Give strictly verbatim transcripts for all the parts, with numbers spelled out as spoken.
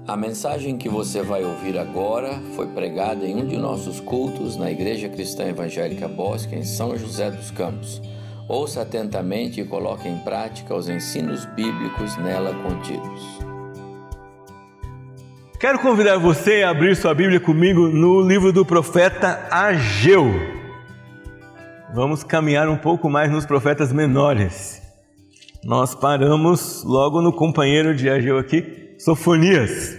A mensagem que você vai ouvir agora foi pregada em um de nossos cultos na Igreja Cristã Evangélica Bosque, em São José dos Campos. Ouça atentamente e coloque em prática os ensinos bíblicos nela contidos. Quero convidar você a abrir sua Bíblia comigo no livro do profeta Ageu. Vamos caminhar um pouco mais nos profetas menores. Nós paramos logo no companheiro de Ageu aqui, Sofonias.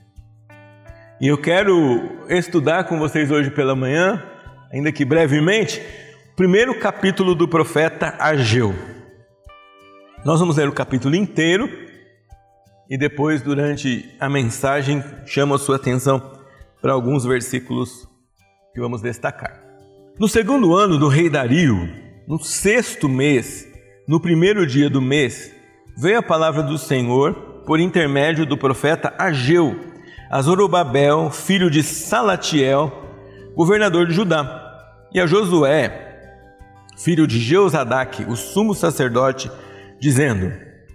E eu quero estudar com vocês hoje pela manhã, ainda que brevemente, o primeiro capítulo do profeta Ageu. Nós vamos ler o capítulo inteiro e depois, durante a mensagem, chamo a sua atenção para alguns versículos que vamos destacar. No segundo ano do rei Dario, no sexto mês, no primeiro dia do mês, veio a palavra do Senhor por intermédio do profeta Ageu a Zorobabel, filho de Salatiel, governador de Judá, e a Josué, filho de Jeozadaque, o sumo sacerdote, dizendo: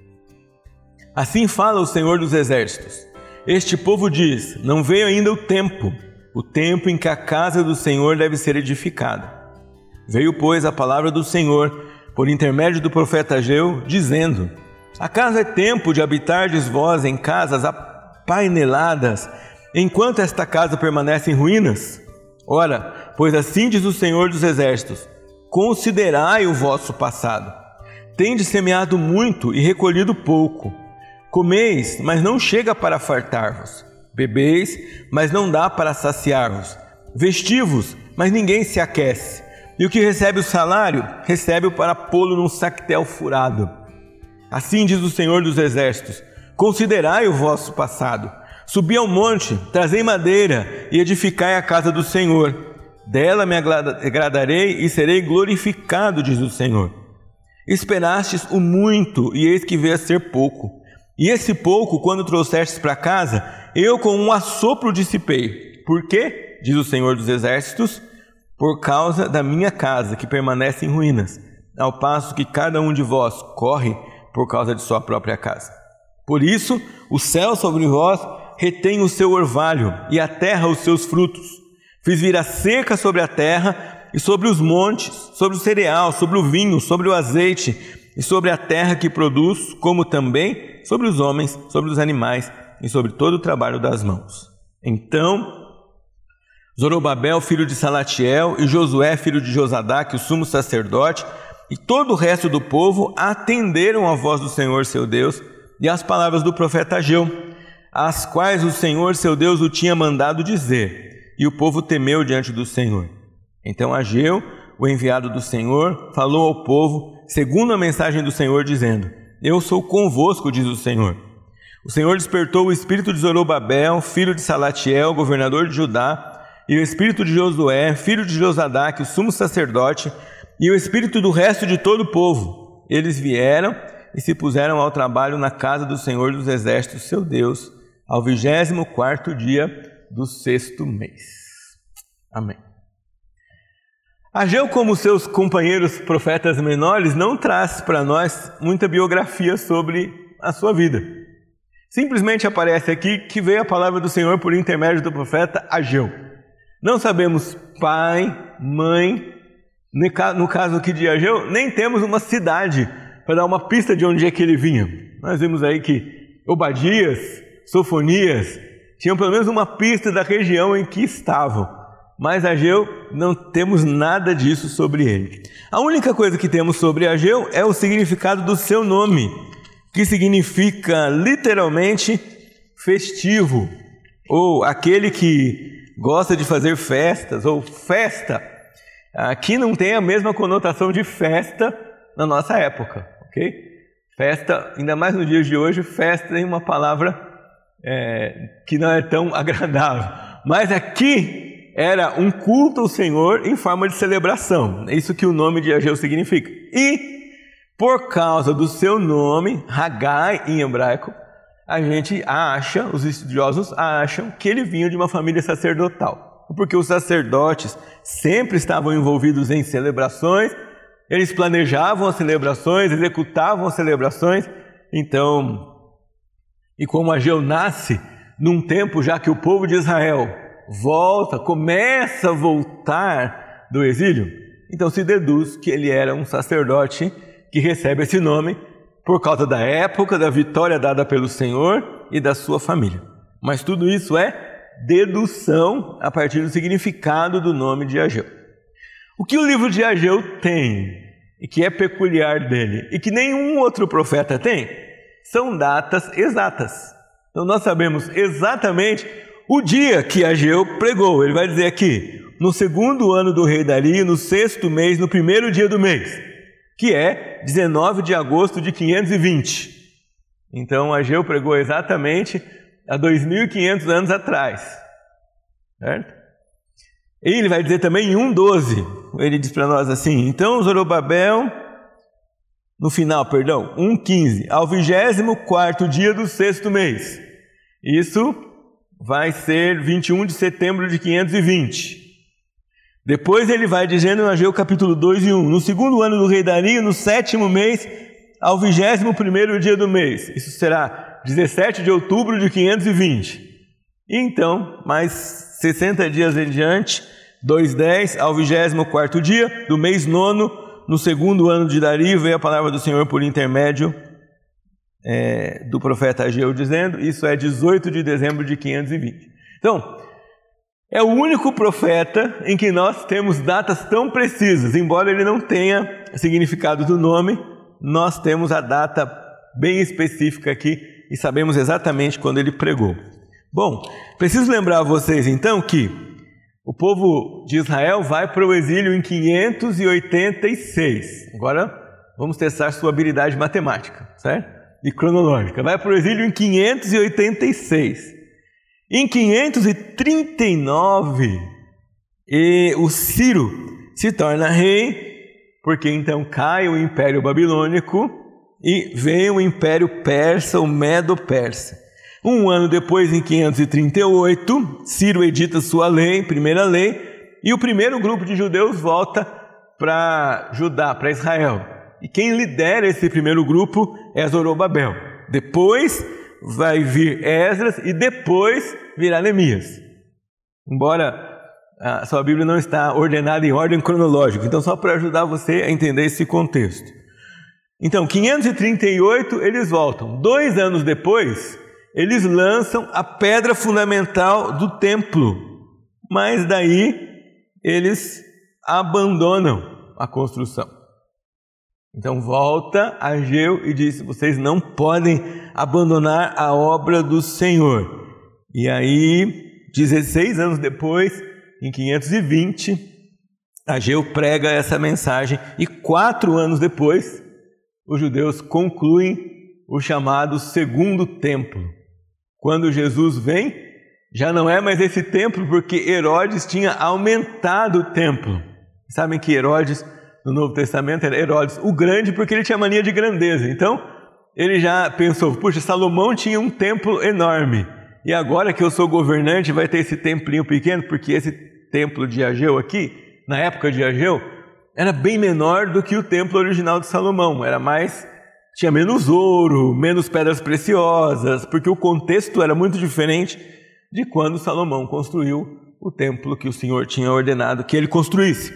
Assim fala o Senhor dos Exércitos. Este povo diz: Não veio ainda o tempo, o tempo em que a casa do Senhor deve ser edificada. Veio, pois, a palavra do Senhor por intermédio do profeta Ageu, dizendo: Acaso é tempo de habitardes vós em casas apaineladas, enquanto esta casa permanece em ruínas? Ora, pois assim diz o Senhor dos Exércitos: Considerai o vosso passado. Tendes semeado muito e recolhido pouco. Comeis, mas não chega para fartar-vos. Bebeis, mas não dá para saciar-vos. Vesti-vos, mas ninguém se aquece. E o que recebe o salário, recebe-o para pô-lo num sactel furado. Assim diz o Senhor dos Exércitos: Considerai o vosso passado. Subi ao monte, trazei madeira e edificai a casa do Senhor. Dela me agradarei e serei glorificado, diz o Senhor. Esperastes o muito, e eis que veio a ser pouco. E esse pouco, quando trouxestes para casa, eu com um assopro dissipei. Por quê? Diz o Senhor dos Exércitos: Por causa da minha casa, que permanece em ruínas, ao passo que cada um de vós corre por causa de sua própria casa. Por isso, o céu sobre vós retém o seu orvalho, e a terra os seus frutos. Fiz vir a seca sobre a terra e sobre os montes, sobre o cereal, sobre o vinho, sobre o azeite, e sobre a terra que produz, como também sobre os homens, sobre os animais e sobre todo o trabalho das mãos. Então Zorobabel, filho de Salatiel, e Josué, filho de Josadaque, o sumo sacerdote, e todo o resto do povo atenderam à voz do Senhor seu Deus e às palavras do profeta Ageu, as quais o Senhor seu Deus o tinha mandado dizer, e o povo temeu diante do Senhor. Então Ageu, o enviado do Senhor, falou ao povo segundo a mensagem do Senhor, dizendo: Eu sou convosco, diz o Senhor. O Senhor despertou o espírito de Zorobabel, filho de Salatiel, governador de Judá, e o espírito de Josué, filho de Josadaque, o sumo sacerdote, e o espírito do resto de todo o povo. Eles vieram e se puseram ao trabalho na casa do Senhor dos Exércitos, seu Deus, ao vigésimo quarto dia do sexto mês. Amém. Ageu, como seus companheiros profetas menores, não traz para nós muita biografia sobre a sua vida. Simplesmente aparece aqui que veio a palavra do Senhor por intermédio do profeta Ageu. Não sabemos pai, mãe, no caso aqui de Ageu, nem temos uma cidade para dar uma pista de onde é que ele vinha. Nós vimos aí que Obadias, Sofonias, tinham pelo menos uma pista da região em que estavam. Mas Ageu, não temos nada disso sobre ele. A única coisa que temos sobre Ageu é o significado do seu nome, que significa literalmente festivo, ou aquele que gosta de fazer festas, ou festa. Aqui não tem a mesma conotação de festa na nossa época, ok? Festa, ainda mais nos dias de hoje, festa tem uma palavra é, que não é tão agradável. Mas aqui era um culto ao Senhor em forma de celebração. É isso que o nome de Ageu significa. E, por causa do seu nome, Hagai em hebraico, a gente acha, os estudiosos acham que ele vinha de uma família sacerdotal. Porque os sacerdotes sempre estavam envolvidos em celebrações, eles planejavam as celebrações, executavam as celebrações. Então, e como Ageu nasce num tempo já que o povo de Israel volta, começa a voltar do exílio, então se deduz que ele era um sacerdote que recebe esse nome por causa da época, da vitória dada pelo Senhor e da sua família. Mas tudo isso é dedução a partir do significado do nome de Ageu. O que o livro de Ageu tem, e que é peculiar dele, e que nenhum outro profeta tem, são datas exatas. Então nós sabemos exatamente o dia que Ageu pregou. Ele vai dizer aqui, no segundo ano do rei Dario, no sexto mês, no primeiro dia do mês, que é dezenove de agosto de quinhentos e vinte. Então Ageu pregou exatamente há dois mil e quinhentos anos atrás, certo? E ele vai dizer também em um doze, ele diz para nós assim, então Zorobabel, no final, perdão, um quinze, ao vigésimo quarto dia do sexto mês, isso vai ser vinte e um de setembro de quinhentos e vinte. Depois ele vai dizendo em Ageu capítulo dois e um, no segundo ano do rei Dario, no sétimo mês, ao vigésimo primeiro dia do mês, isso será dezessete de outubro de quinhentos e vinte. E então, mais sessenta dias em diante, dois dez, ao vigésimo quarto dia do mês nono, no segundo ano de Dario, veio a palavra do Senhor por intermédio é, do profeta Ageu, dizendo, isso é dezoito de dezembro de quinhentos e vinte. Então, é o único profeta em que nós temos datas tão precisas, embora ele não tenha significado do nome, nós temos a data bem específica aqui e sabemos exatamente quando ele pregou. Bom, preciso lembrar a vocês então que o povo de Israel vai para o exílio em quinhentos e oitenta e seis. Agora vamos testar sua habilidade matemática, certo? E cronológica. Vai para o exílio em quinhentos e oitenta e seis. Em quinhentos e trinta e nove, e o Ciro se torna rei, porque então cai o Império Babilônico e vem o Império Persa, o Medo-Persa. Um ano depois, em quinhentos e trinta e oito, Ciro edita sua lei, primeira lei, e o primeiro grupo de judeus volta para Judá, para Israel. E quem lidera esse primeiro grupo é Zorobabel. Depois vai vir Esdras e depois virá Neemias. Embora a sua Bíblia não está ordenada em ordem cronológica, então só para ajudar você a entender esse contexto. Então, quinhentos e trinta e oito eles voltam. Dois anos depois, eles lançam a pedra fundamental do templo, mas daí eles abandonam a construção. Então volta Ageu e diz, vocês não podem abandonar a obra do Senhor. E aí, dezesseis anos depois, em quinhentos e vinte, Ageu prega essa mensagem e quatro anos depois, os judeus concluem o chamado segundo templo. Quando Jesus vem, já não é mais esse templo, porque Herodes tinha aumentado o templo. Sabem que Herodes, no Novo Testamento, era Herodes o Grande, porque ele tinha mania de grandeza. Então, ele já pensou, puxa, Salomão tinha um templo enorme, e agora que eu sou governante, vai ter esse templinho pequeno, porque esse templo de Ageu aqui, na época de Ageu, era bem menor do que o templo original de Salomão, era mais... tinha menos ouro, menos pedras preciosas, porque o contexto era muito diferente de quando Salomão construiu o templo que o Senhor tinha ordenado que ele construísse.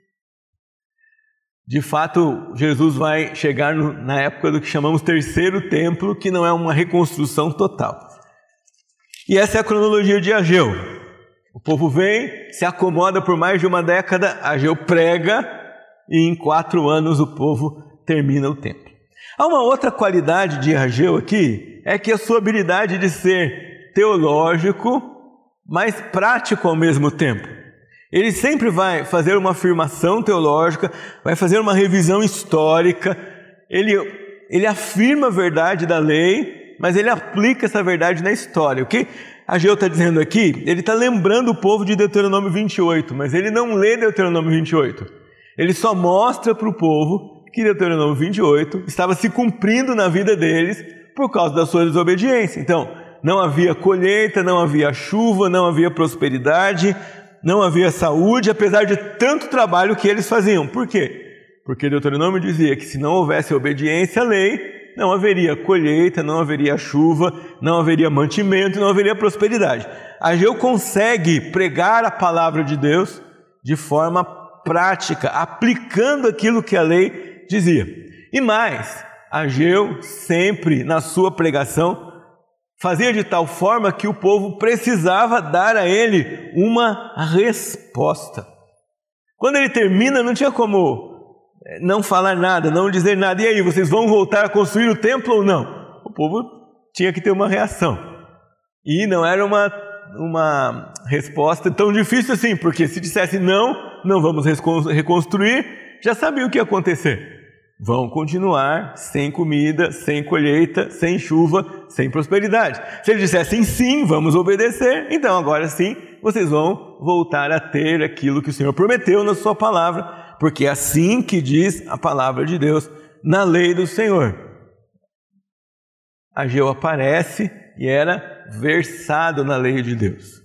De fato, Jesus vai chegar no, na época do que chamamos terceiro templo, que não é uma reconstrução total. E essa é a cronologia de Ageu. O povo vem, se acomoda por mais de uma década, Ageu prega, e em quatro anos o povo termina o templo. Há uma outra qualidade de Ageu aqui, é que a sua habilidade de ser teológico, mas prático ao mesmo tempo. Ele sempre vai fazer uma afirmação teológica, vai fazer uma revisão histórica, ele, ele afirma a verdade da lei, mas ele aplica essa verdade na história. O que Ageu está dizendo aqui, ele está lembrando o povo de Deuteronômio vinte e oito, mas ele não lê Deuteronômio vinte e oito. Ele só mostra para o povo que Deuteronômio vinte e oito estava se cumprindo na vida deles por causa da sua desobediência. Então, não havia colheita, não havia chuva, não havia prosperidade, não havia saúde, apesar de tanto trabalho que eles faziam. Por quê? Porque Deuteronômio dizia que se não houvesse obediência à lei, não haveria colheita, não haveria chuva, não haveria mantimento, não haveria prosperidade. Ageu consegue pregar a palavra de Deus de forma prática, aplicando aquilo que a lei dizia. E mais, Ageu sempre na sua pregação fazia de tal forma que o povo precisava dar a ele uma resposta. Quando ele termina, não tinha como não falar nada, não dizer nada. E aí, vocês vão voltar a construir o templo ou não? O povo tinha que ter uma reação. E não era uma, uma resposta tão difícil assim, porque se dissesse não, não vamos reconstruir, já sabia o que ia acontecer. Vão continuar sem comida, sem colheita, sem chuva, sem prosperidade. Se eles dissessem sim, vamos obedecer, então agora sim, vocês vão voltar a ter aquilo que o Senhor prometeu na sua palavra, porque é assim que diz a palavra de Deus na lei do Senhor. Ageu aparece e era versado na lei de Deus.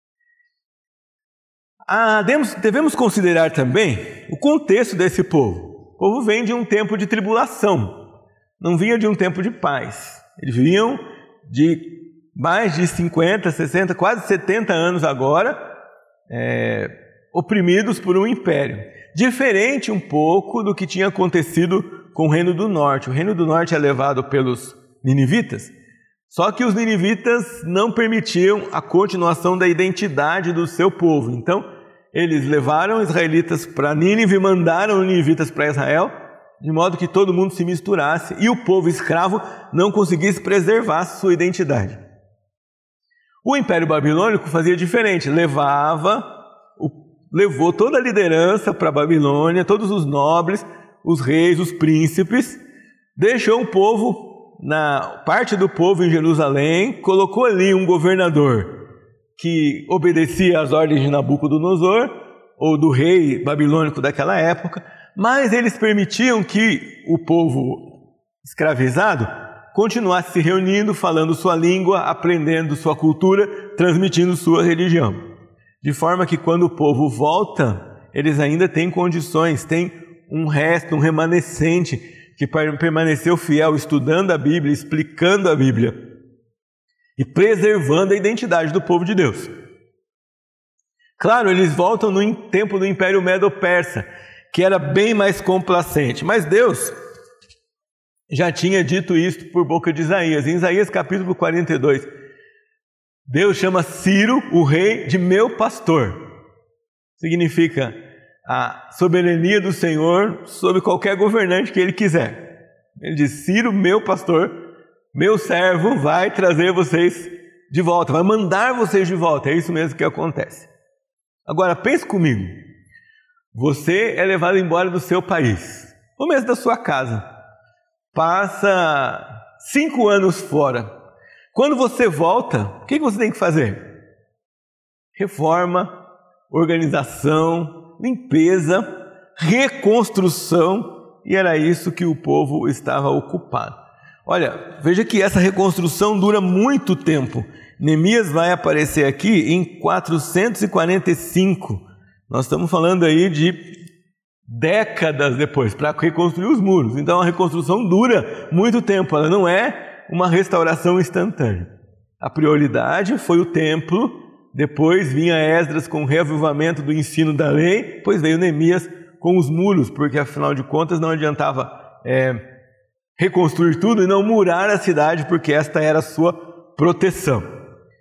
Ah, devemos, devemos considerar também o contexto desse povo. O povo vem de um tempo de tribulação, não vinha de um tempo de paz. Eles vinham de mais de cinquenta, sessenta, quase setenta anos agora, é, oprimidos por um império. Diferente um pouco do que tinha acontecido com o Reino do Norte. O Reino do Norte é levado pelos ninivitas, só que os ninivitas não permitiam a continuação da identidade do seu povo. Então, eles levaram israelitas para Nínive, mandaram ninivitas para Israel, de modo que todo mundo se misturasse e o povo escravo não conseguisse preservar sua identidade. O Império Babilônico fazia diferente, levava, levou toda a liderança para a Babilônia, todos os nobres, os reis, os príncipes, deixou o povo, na parte do povo em Jerusalém, colocou ali um governador que obedecia às ordens de Nabucodonosor, ou do rei babilônico daquela época, mas eles permitiam que o povo escravizado continuasse se reunindo, falando sua língua, aprendendo sua cultura, transmitindo sua religião. De forma que quando o povo volta, eles ainda têm condições, têm um resto, um remanescente, que permaneceu fiel, estudando a Bíblia, explicando a Bíblia, e preservando a identidade do povo de Deus. Claro, eles voltam no tempo do Império Medo-Persa, que era bem mais complacente, mas Deus já tinha dito isso por boca de Isaías. Em Isaías capítulo quarenta e dois, Deus chama Ciro, o rei, de meu pastor. Significa a soberania do Senhor sobre qualquer governante que ele quiser. Ele diz: Ciro, meu pastor, meu servo, vai trazer vocês de volta, vai mandar vocês de volta. É isso mesmo que acontece. Agora, pense comigo. Você é levado embora do seu país, ou mesmo da sua casa. Passa cinco anos fora. Quando você volta, o que você tem que fazer? Reforma, organização, limpeza, reconstrução, e era isso que o povo estava ocupado. Olha, veja que essa reconstrução dura muito tempo. Neemias vai aparecer aqui em quatrocentos e quarenta e cinco. Nós estamos falando aí de décadas depois, para reconstruir os muros. Então a reconstrução dura muito tempo, ela não é uma restauração instantânea. A prioridade foi o templo, depois vinha Esdras com o reavivamento do ensino da lei, depois veio Neemias com os muros, porque afinal de contas não adiantava é, reconstruir tudo e não murar a cidade, porque esta era a sua proteção.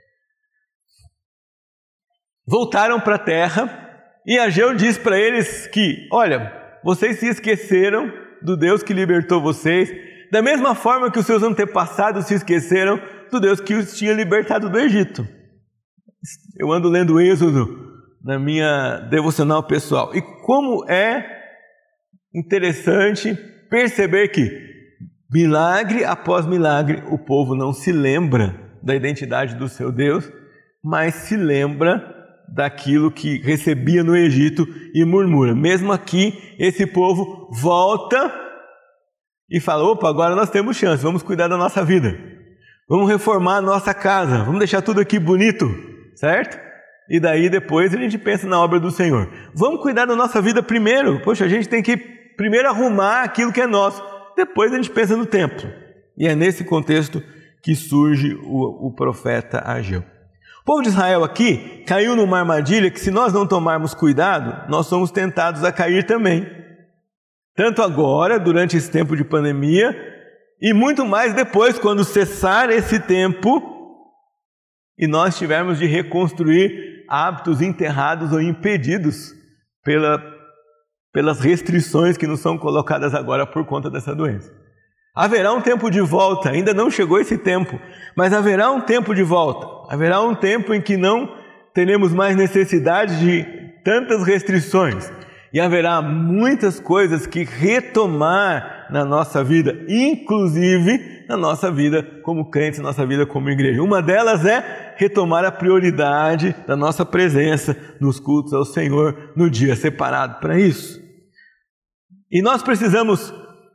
Voltaram para a terra e Ageu diz para eles que, olha, vocês se esqueceram do Deus que libertou vocês, da mesma forma que os seus antepassados se esqueceram do Deus que os tinha libertado do Egito. Eu ando lendo o Êxodo na minha devocional pessoal, e como é interessante perceber que, milagre após milagre, o povo não se lembra da identidade do seu Deus, mas se lembra daquilo que recebia no Egito e murmura. Mesmo aqui, esse povo volta e fala: opa, agora nós temos chance, vamos cuidar da nossa vida, vamos reformar a nossa casa, vamos deixar tudo aqui bonito, certo? E daí depois a gente pensa na obra do Senhor. Vamos cuidar da nossa vida primeiro. Poxa, a gente tem que primeiro arrumar aquilo que é nosso, depois a gente pensa no templo. E é nesse contexto que surge o, o profeta Ageu. O povo de Israel aqui caiu numa armadilha que, se nós não tomarmos cuidado, nós somos tentados a cair também. Tanto agora, durante esse tempo de pandemia, e muito mais depois, quando cessar esse tempo e nós tivermos de reconstruir hábitos enterrados ou impedidos pela, pelas restrições que nos são colocadas agora por conta dessa doença. Haverá um tempo de volta, ainda não chegou esse tempo, mas haverá um tempo de volta. Haverá um tempo em que não teremos mais necessidade de tantas restrições. E haverá muitas coisas que retomar na nossa vida, inclusive na nossa vida como crentes, na nossa vida como igreja. Uma delas é retomar a prioridade da nossa presença nos cultos ao Senhor, no dia separado para isso. E nós precisamos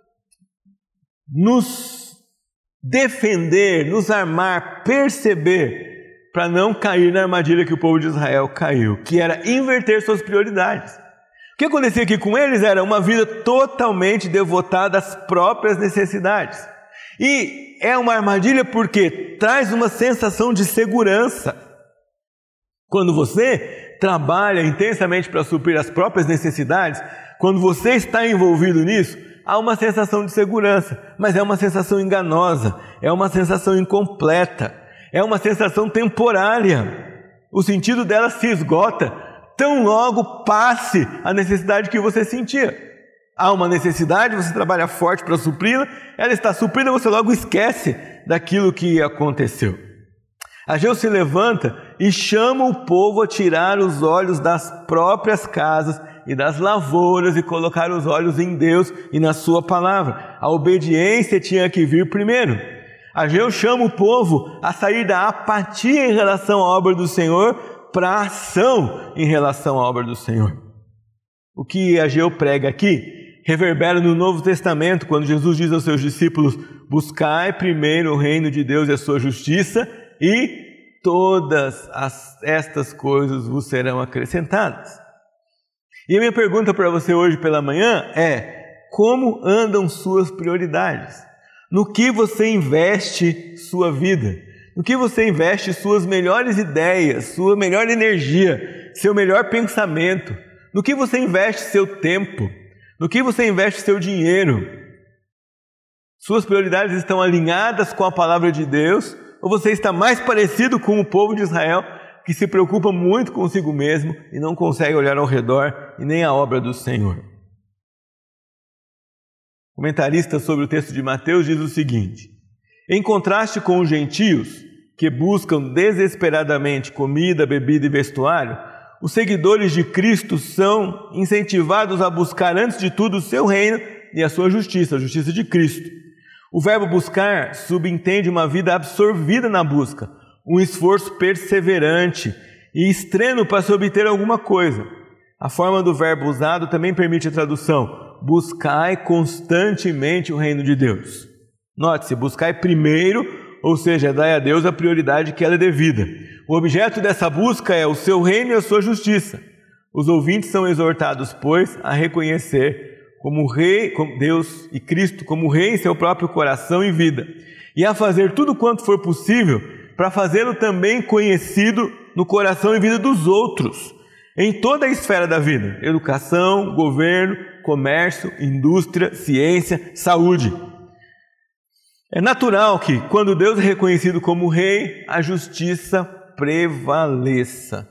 nos defender, nos armar, perceber, para não cair na armadilha que o povo de Israel caiu, que era inverter suas prioridades. O que acontecia aqui com eles era uma vida totalmente devotada às próprias necessidades. E é uma armadilha porque traz uma sensação de segurança. Quando você trabalha intensamente para suprir as próprias necessidades, quando você está envolvido nisso, há uma sensação de segurança, mas é uma sensação enganosa, é uma sensação incompleta, é uma sensação temporária. O sentido dela se esgota tão logo passe a necessidade que você sentia. Há uma necessidade, você trabalha forte para supri-la, ela está suprida, você logo esquece daquilo que aconteceu. Ageu se levanta e chama o povo a tirar os olhos das próprias casas e das lavouras e colocar os olhos em Deus e na sua palavra. A obediência tinha que vir primeiro. Ageu chama o povo a sair da apatia em relação à obra do Senhor para a ação em relação à obra do Senhor. O que Ageu prega aqui reverbera no Novo Testamento, quando Jesus diz aos seus discípulos: buscai primeiro o reino de Deus e a sua justiça, e todas as, estas coisas vos serão acrescentadas. E a minha pergunta para você hoje pela manhã é: como andam suas prioridades? No que você investe sua vida? No que você investe suas melhores ideias, sua melhor energia, seu melhor pensamento? No que você investe seu tempo? No que você investe seu dinheiro? Suas prioridades estão alinhadas com a palavra de Deus? Ou você está mais parecido com o povo de Israel, que se preocupa muito consigo mesmo e não consegue olhar ao redor e nem a obra do Senhor? O comentarista sobre o texto de Mateus diz o seguinte: em contraste com os gentios, que buscam desesperadamente comida, bebida e vestuário, os seguidores de Cristo são incentivados a buscar antes de tudo o seu reino e a sua justiça, a justiça de Cristo. O verbo buscar subentende uma vida absorvida na busca, um esforço perseverante e extremo para se obter alguma coisa. A forma do verbo usado também permite a tradução: buscai constantemente o reino de Deus. Note-se, buscai primeiro, ou seja, dai a Deus a prioridade que ela é devida. O objeto dessa busca é o seu reino e a sua justiça. Os ouvintes são exortados, pois, a reconhecer como rei, como Deus e Cristo como rei em seu próprio coração e vida, e a fazer tudo quanto for possível para fazê-lo também conhecido no coração e vida dos outros, em toda a esfera da vida: educação, governo, comércio, indústria, ciência, saúde. É natural que, quando Deus é reconhecido como rei, a justiça prevaleça.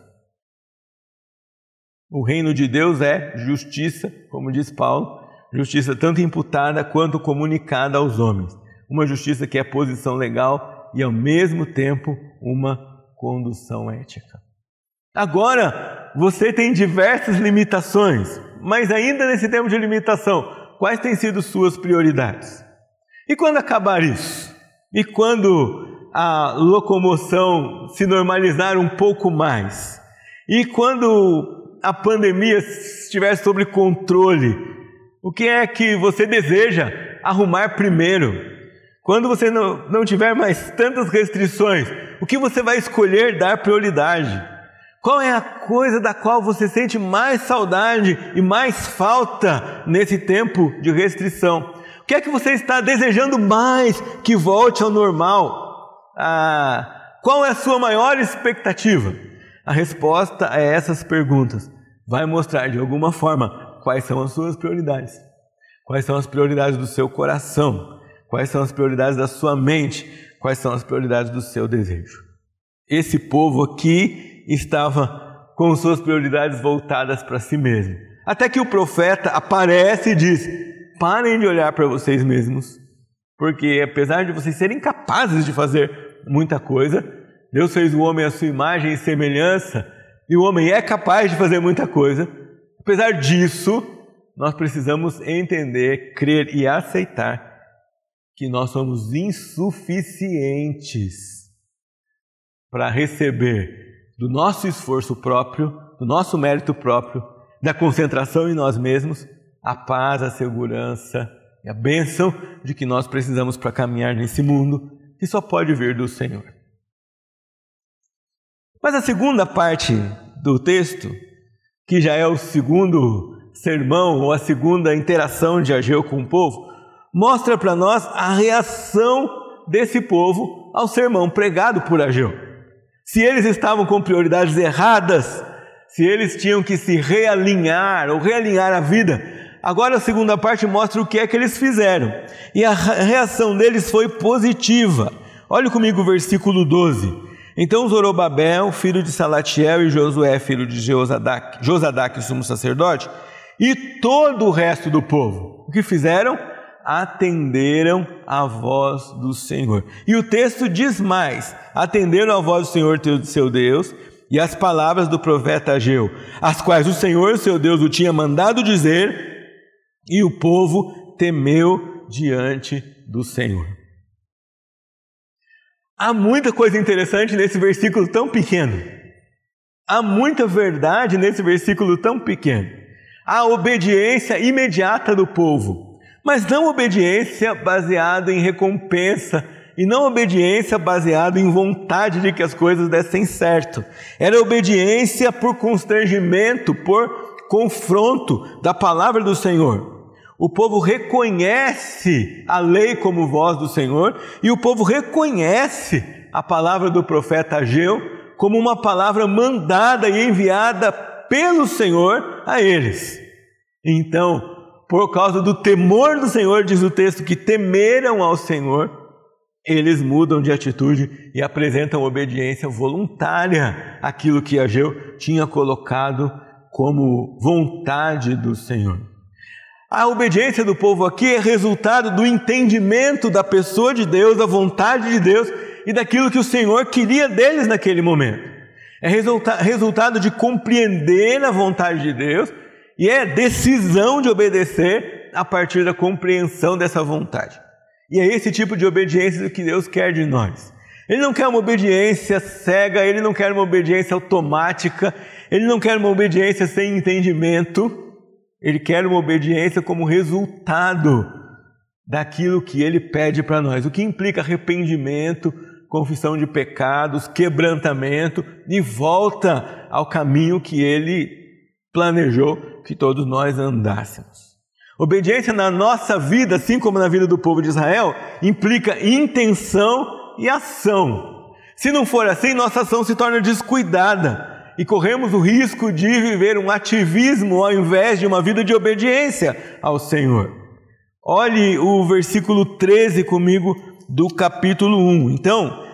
O reino de Deus é justiça, como diz Paulo, justiça tanto imputada quanto comunicada aos homens. Uma justiça que é posição legal e, ao mesmo tempo, uma condução ética. Agora, você tem diversas limitações, mas ainda nesse tempo de limitação, quais têm sido suas prioridades? E quando acabar isso? E quando a locomoção se normalizar um pouco mais? E quando a pandemia estiver sob controle, o que é que você deseja arrumar primeiro? Quando você não, não tiver mais tantas restrições, o que você vai escolher dar prioridade? Qual é a coisa da qual você sente mais saudade e mais falta nesse tempo de restrição? O que é que você está desejando mais que volte ao normal? Ah, qual é a sua maior expectativa? A resposta a essas perguntas vai mostrar de alguma forma quais são as suas prioridades, quais são as prioridades do seu coração, quais são as prioridades da sua mente, quais são as prioridades do seu desejo. Esse povo aqui estava com suas prioridades voltadas para si mesmo. Até que o profeta aparece e diz: parem de olhar para vocês mesmos, porque apesar de vocês serem capazes de fazer muita coisa, Deus fez o homem à sua imagem e semelhança, e o homem é capaz de fazer muita coisa. Apesar disso, nós precisamos entender, crer e aceitar que nós somos insuficientes para receber do nosso esforço próprio, do nosso mérito próprio, da concentração em nós mesmos, a paz, a segurança e a bênção de que nós precisamos para caminhar nesse mundo, que só pode vir do Senhor. Mas a segunda parte do texto, que já é o segundo sermão ou a segunda interação de Ageu com o povo, mostra para nós a reação desse povo ao sermão pregado por Ageu. Se eles estavam com prioridades erradas, se eles tinham que se realinhar ou realinhar a vida, agora a segunda parte mostra o que é que eles fizeram. E a reação deles foi positiva. Olhe comigo o versículo doze. Então Zorobabel, filho de Salatiel, e Josué, filho de Josadaque, Josadaque, o sumo sacerdote, e todo o resto do povo, o que fizeram? Atenderam à voz do Senhor. E o texto diz mais: atenderam à voz do Senhor, seu Deus, e as palavras do profeta Ageu, as quais o Senhor, seu Deus, o tinha mandado dizer, e o povo temeu diante do Senhor. Há muita coisa interessante nesse versículo tão pequeno. Há muita verdade nesse versículo tão pequeno. Há obediência imediata do povo, mas não obediência baseada em recompensa e não obediência baseada em vontade de que as coisas dessem certo. Era obediência por constrangimento, por confronto da palavra do Senhor. O povo reconhece a lei como voz do Senhor e o povo reconhece a palavra do profeta Ageu como uma palavra mandada e enviada pelo Senhor a eles. Então, por causa do temor do Senhor, diz o texto, que temeram ao Senhor, eles mudam de atitude e apresentam obediência voluntária àquilo que Ageu tinha colocado como vontade do Senhor. A obediência do povo aqui é resultado do entendimento da pessoa de Deus, da vontade de Deus e daquilo que o Senhor queria deles naquele momento. É resulta- resultado de compreender a vontade de Deus e é decisão de obedecer a partir da compreensão dessa vontade. E é esse tipo de obediência que Deus quer de nós. Ele não quer uma obediência cega, Ele não quer uma obediência automática, Ele não quer uma obediência sem entendimento. Ele quer uma obediência como resultado daquilo que Ele pede para nós, o que implica arrependimento, confissão de pecados, quebrantamento e volta ao caminho que Ele planejou que todos nós andássemos. Obediência na nossa vida, assim como na vida do povo de Israel, implica intenção e ação. Se não for assim, nossa ação se torna descuidada e corremos o risco de viver um ativismo ao invés de uma vida de obediência ao Senhor. Olhe o versículo treze comigo do capítulo um. Então,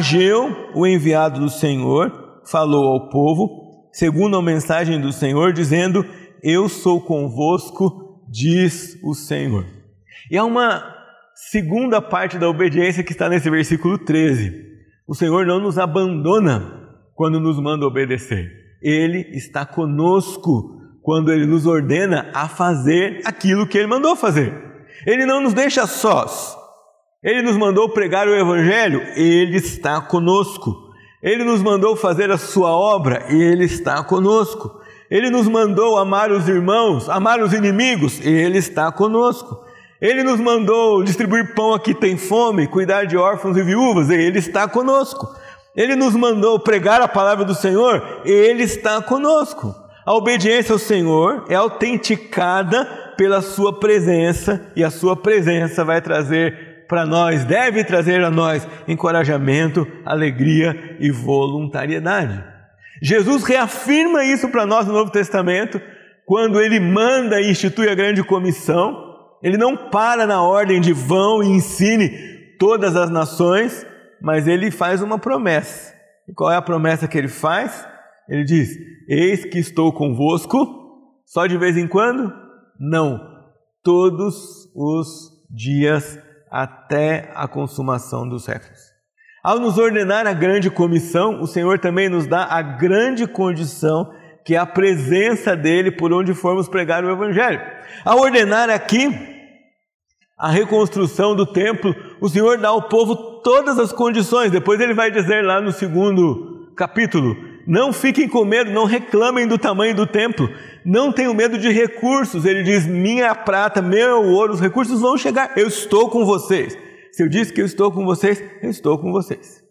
Ageu, o enviado do Senhor, falou ao povo, segundo a mensagem do Senhor, dizendo: eu sou convosco, diz o Senhor. E há uma segunda parte da obediência que está nesse versículo treze. O Senhor não nos abandona quando nos manda obedecer. Ele está conosco quando Ele nos ordena a fazer aquilo que Ele mandou fazer. Ele não nos deixa sós. Ele nos mandou pregar o Evangelho, Ele está conosco. Ele nos mandou fazer a sua obra, Ele está conosco. Ele nos mandou amar os irmãos, amar os inimigos, Ele está conosco. Ele nos mandou distribuir pão a quem tem fome, cuidar de órfãos e viúvas, Ele está conosco. Ele nos mandou pregar a palavra do Senhor, Ele está conosco. A obediência ao Senhor é autenticada pela sua presença, e a sua presença vai trazer para nós, deve trazer a nós encorajamento, alegria e voluntariedade. Jesus reafirma isso para nós no Novo Testamento, quando ele manda e institui a grande comissão. Ele não para na ordem de vão e ensine todas as nações, mas ele faz uma promessa. E qual é a promessa que ele faz? Ele diz: eis que estou convosco, só de vez em quando? Não, todos os dias até a consumação dos séculos. Ao nos ordenar a grande comissão, o Senhor também nos dá a grande condição, que é a presença dele por onde formos pregar o Evangelho. Ao ordenar aqui a reconstrução do templo, o Senhor dá ao povo todas as condições. Depois ele vai dizer lá no segundo capítulo: não fiquem com medo, não reclamem do tamanho do templo, não tenham medo de recursos. Ele diz: minha prata, meu ouro, os recursos vão chegar, eu estou com vocês. Se eu disse que eu estou com vocês, eu estou com vocês.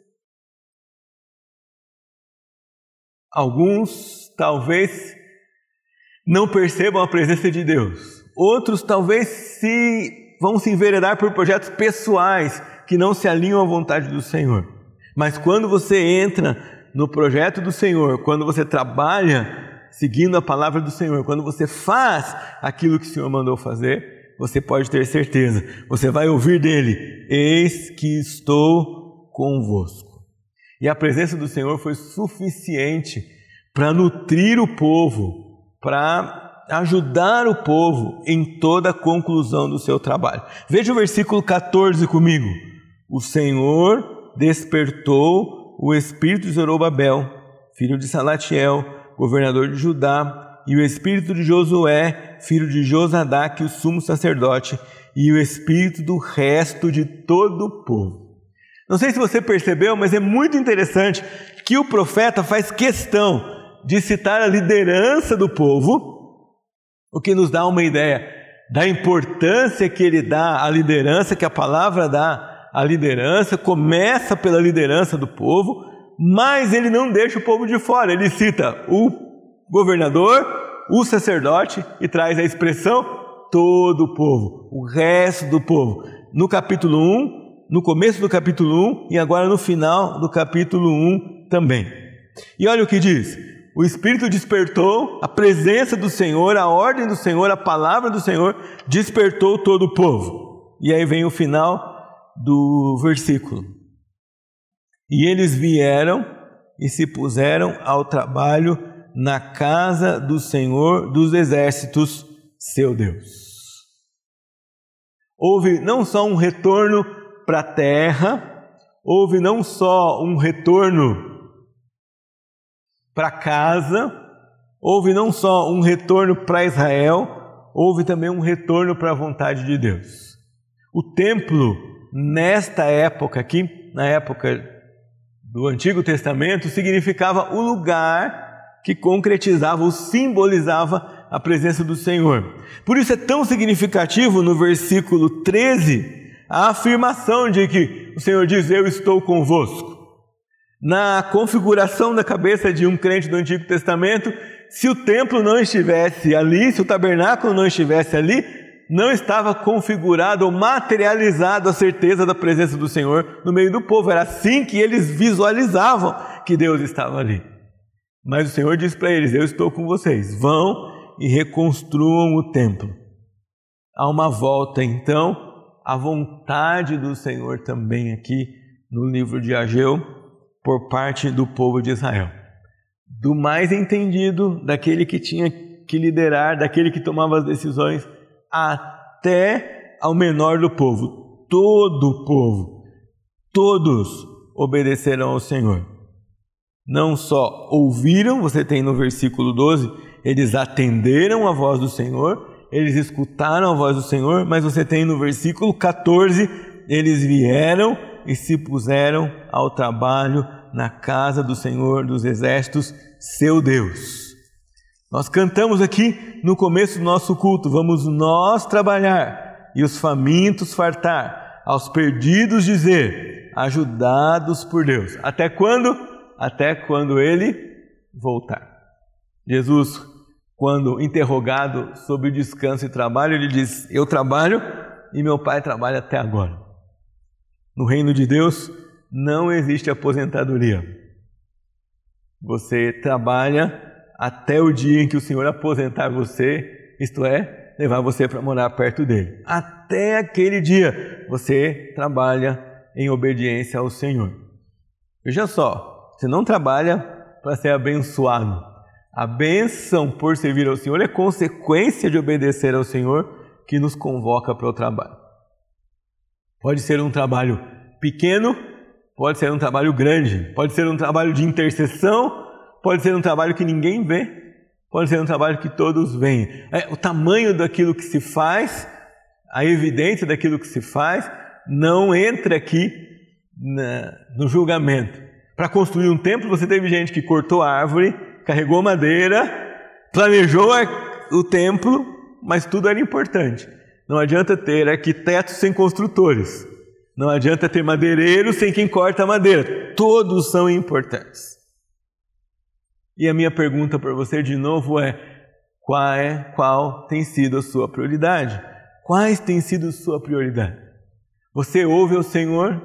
Alguns talvez não percebam a presença de Deus, outros talvez se vão se enveredar por projetos pessoais que não se alinham à vontade do Senhor. Mas quando você entra no projeto do Senhor, quando você trabalha seguindo a palavra do Senhor, quando você faz aquilo que o Senhor mandou fazer, você pode ter certeza, você vai ouvir dele: eis que estou convosco. E a presença do Senhor foi suficiente para nutrir o povo, para ajudar o povo em toda a conclusão do seu trabalho. Veja o versículo catorze comigo. O Senhor despertou o espírito de Zorobabel, filho de Salatiel, governador de Judá, e o espírito de Josué, filho de Josadaque, o sumo sacerdote, e o espírito do resto de todo o povo. Não sei se você percebeu, mas é muito interessante que o profeta faz questão de citar a liderança do povo, o que nos dá uma ideia da importância que ele dá à liderança, que a palavra dá à liderança. Começa pela liderança do povo, mas ele não deixa o povo de fora. Ele cita o governador, o sacerdote, e traz a expressão todo o povo, o resto do povo. No capítulo um, no começo do capítulo um e agora no final do capítulo um também. E olha o que diz: o Espírito despertou, a presença do Senhor, a ordem do Senhor, a palavra do Senhor despertou todo o povo. E aí vem o final do versículo: e eles vieram e se puseram ao trabalho na casa do Senhor dos exércitos, seu Deus. Houve não só um retorno para a terra, houve não só um retorno para casa, houve não só um retorno para Israel, houve também um retorno para a vontade de Deus. O templo, nesta época aqui, na época do Antigo Testamento, significava o lugar que concretizava ou simbolizava a presença do Senhor. Por isso é tão significativo no versículo treze a afirmação de que o Senhor diz: eu estou convosco. Na configuração da cabeça de um crente do Antigo Testamento, se o templo não estivesse ali, se o tabernáculo não estivesse ali, não estava configurado ou materializado a certeza da presença do Senhor no meio do povo. Era assim que eles visualizavam que Deus estava ali. Mas o Senhor diz para eles: eu estou com vocês, vão e reconstruam o templo. Há uma volta então à vontade do Senhor também aqui no livro de Ageu, por parte do povo de Israel. Do mais entendido, daquele que tinha que liderar, daquele que tomava as decisões, até ao menor do povo. Todo o povo, todos obedecerão ao Senhor. Não só ouviram, você tem no versículo doze, eles atenderam a voz do Senhor, eles escutaram a voz do Senhor, mas você tem no versículo catorze, eles vieram e se puseram ao trabalho na casa do Senhor dos exércitos, seu Deus. Nós cantamos aqui no começo do nosso culto: vamos nós trabalhar e os famintos fartar, aos perdidos dizer, ajudados por Deus. Até quando? Até quando Ele voltar. Jesus quando interrogado sobre descanso e trabalho, ele diz: eu trabalho e meu pai trabalha até agora. No reino de Deus não existe aposentadoria. Você trabalha até o dia em que o Senhor aposentar você, isto é, levar você para morar perto dele. Até aquele dia você trabalha em obediência ao Senhor. Veja só, você não trabalha para ser abençoado. A bênção por servir ao Senhor é consequência de obedecer ao Senhor que nos convoca para o trabalho. Pode ser um trabalho pequeno, pode ser um trabalho grande, pode ser um trabalho de intercessão, pode ser um trabalho que ninguém vê, pode ser um trabalho que todos veem. É, o tamanho daquilo que se faz, a evidência daquilo que se faz, não entra aqui na, no julgamento. Para construir um templo, você teve gente que cortou a árvore, carregou madeira, planejou o templo, mas tudo era importante. Não adianta ter arquitetos sem construtores. Não adianta ter madeireiros sem quem corta a madeira. Todos são importantes. E a minha pergunta para você de novo é: qual, é, qual tem sido a sua prioridade? Quais têm sido a sua prioridade? Você ouve o Senhor?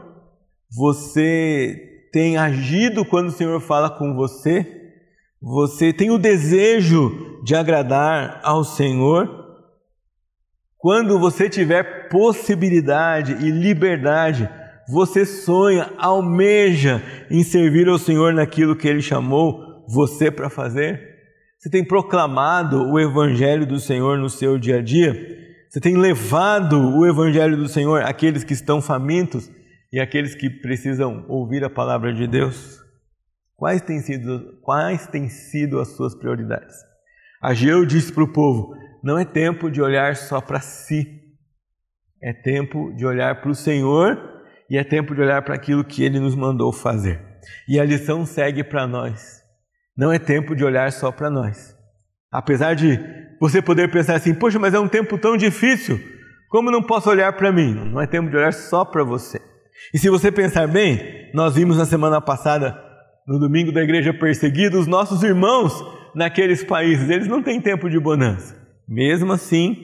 Você tem agido quando o Senhor fala com você? Você tem o desejo de agradar ao Senhor? Quando você tiver possibilidade e liberdade, você sonha, almeja em servir ao Senhor naquilo que Ele chamou você para fazer? Você tem proclamado o Evangelho do Senhor no seu dia a dia? Você tem levado o Evangelho do Senhor àqueles que estão famintos e àqueles que precisam ouvir a palavra de Deus? Quais têm sido, quais têm sido as suas prioridades? Ageu disse para o povo: não é tempo de olhar só para si, é tempo de olhar para o Senhor e é tempo de olhar para aquilo que Ele nos mandou fazer. E a lição segue para nós. Não é tempo de olhar só para nós. Apesar de você poder pensar assim: poxa, mas é um tempo tão difícil, como não posso olhar para mim? Não é tempo de olhar só para você. E se você pensar bem, nós vimos na semana passada, no domingo da igreja perseguida, os nossos irmãos naqueles países, eles não têm tempo de bonança. Mesmo assim,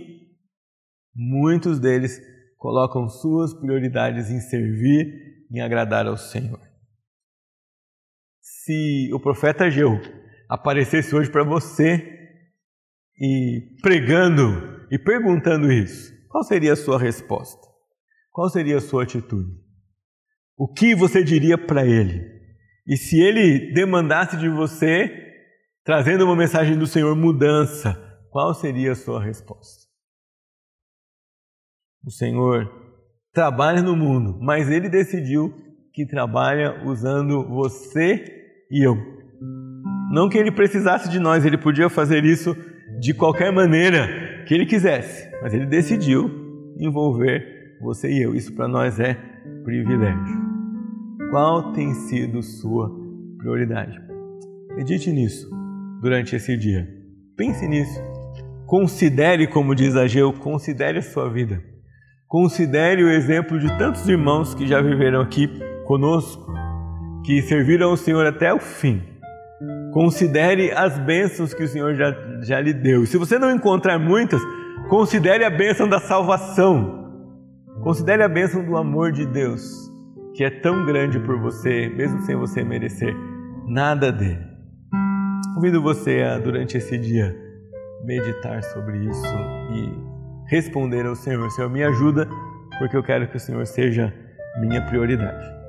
muitos deles colocam suas prioridades em servir, em agradar ao Senhor. Se o profeta Ageu aparecesse hoje para você e pregando e perguntando isso, qual seria a sua resposta? Qual seria a sua atitude? O que você diria para ele? E se ele demandasse de você, trazendo uma mensagem do Senhor, mudança, qual seria a sua resposta? O Senhor trabalha no mundo, mas Ele decidiu que trabalha usando você e eu. Não que Ele precisasse de nós, Ele podia fazer isso de qualquer maneira que Ele quisesse, mas Ele decidiu envolver você e eu. Isso para nós é privilégio. Qual tem sido sua prioridade? Medite nisso durante esse dia. Pense nisso. Considere, como diz Ageu, considere a sua vida. Considere o exemplo de tantos irmãos que já viveram aqui conosco, que serviram ao Senhor até o fim. Considere as bênçãos que o Senhor já, já lhe deu. E se você não encontrar muitas, considere a bênção da salvação. Considere a bênção do amor de Deus, que é tão grande por você, mesmo sem você merecer nada dele. Convido você a, durante esse dia, meditar sobre isso e responder ao Senhor: Senhor, me ajuda, porque eu quero que o Senhor seja minha prioridade.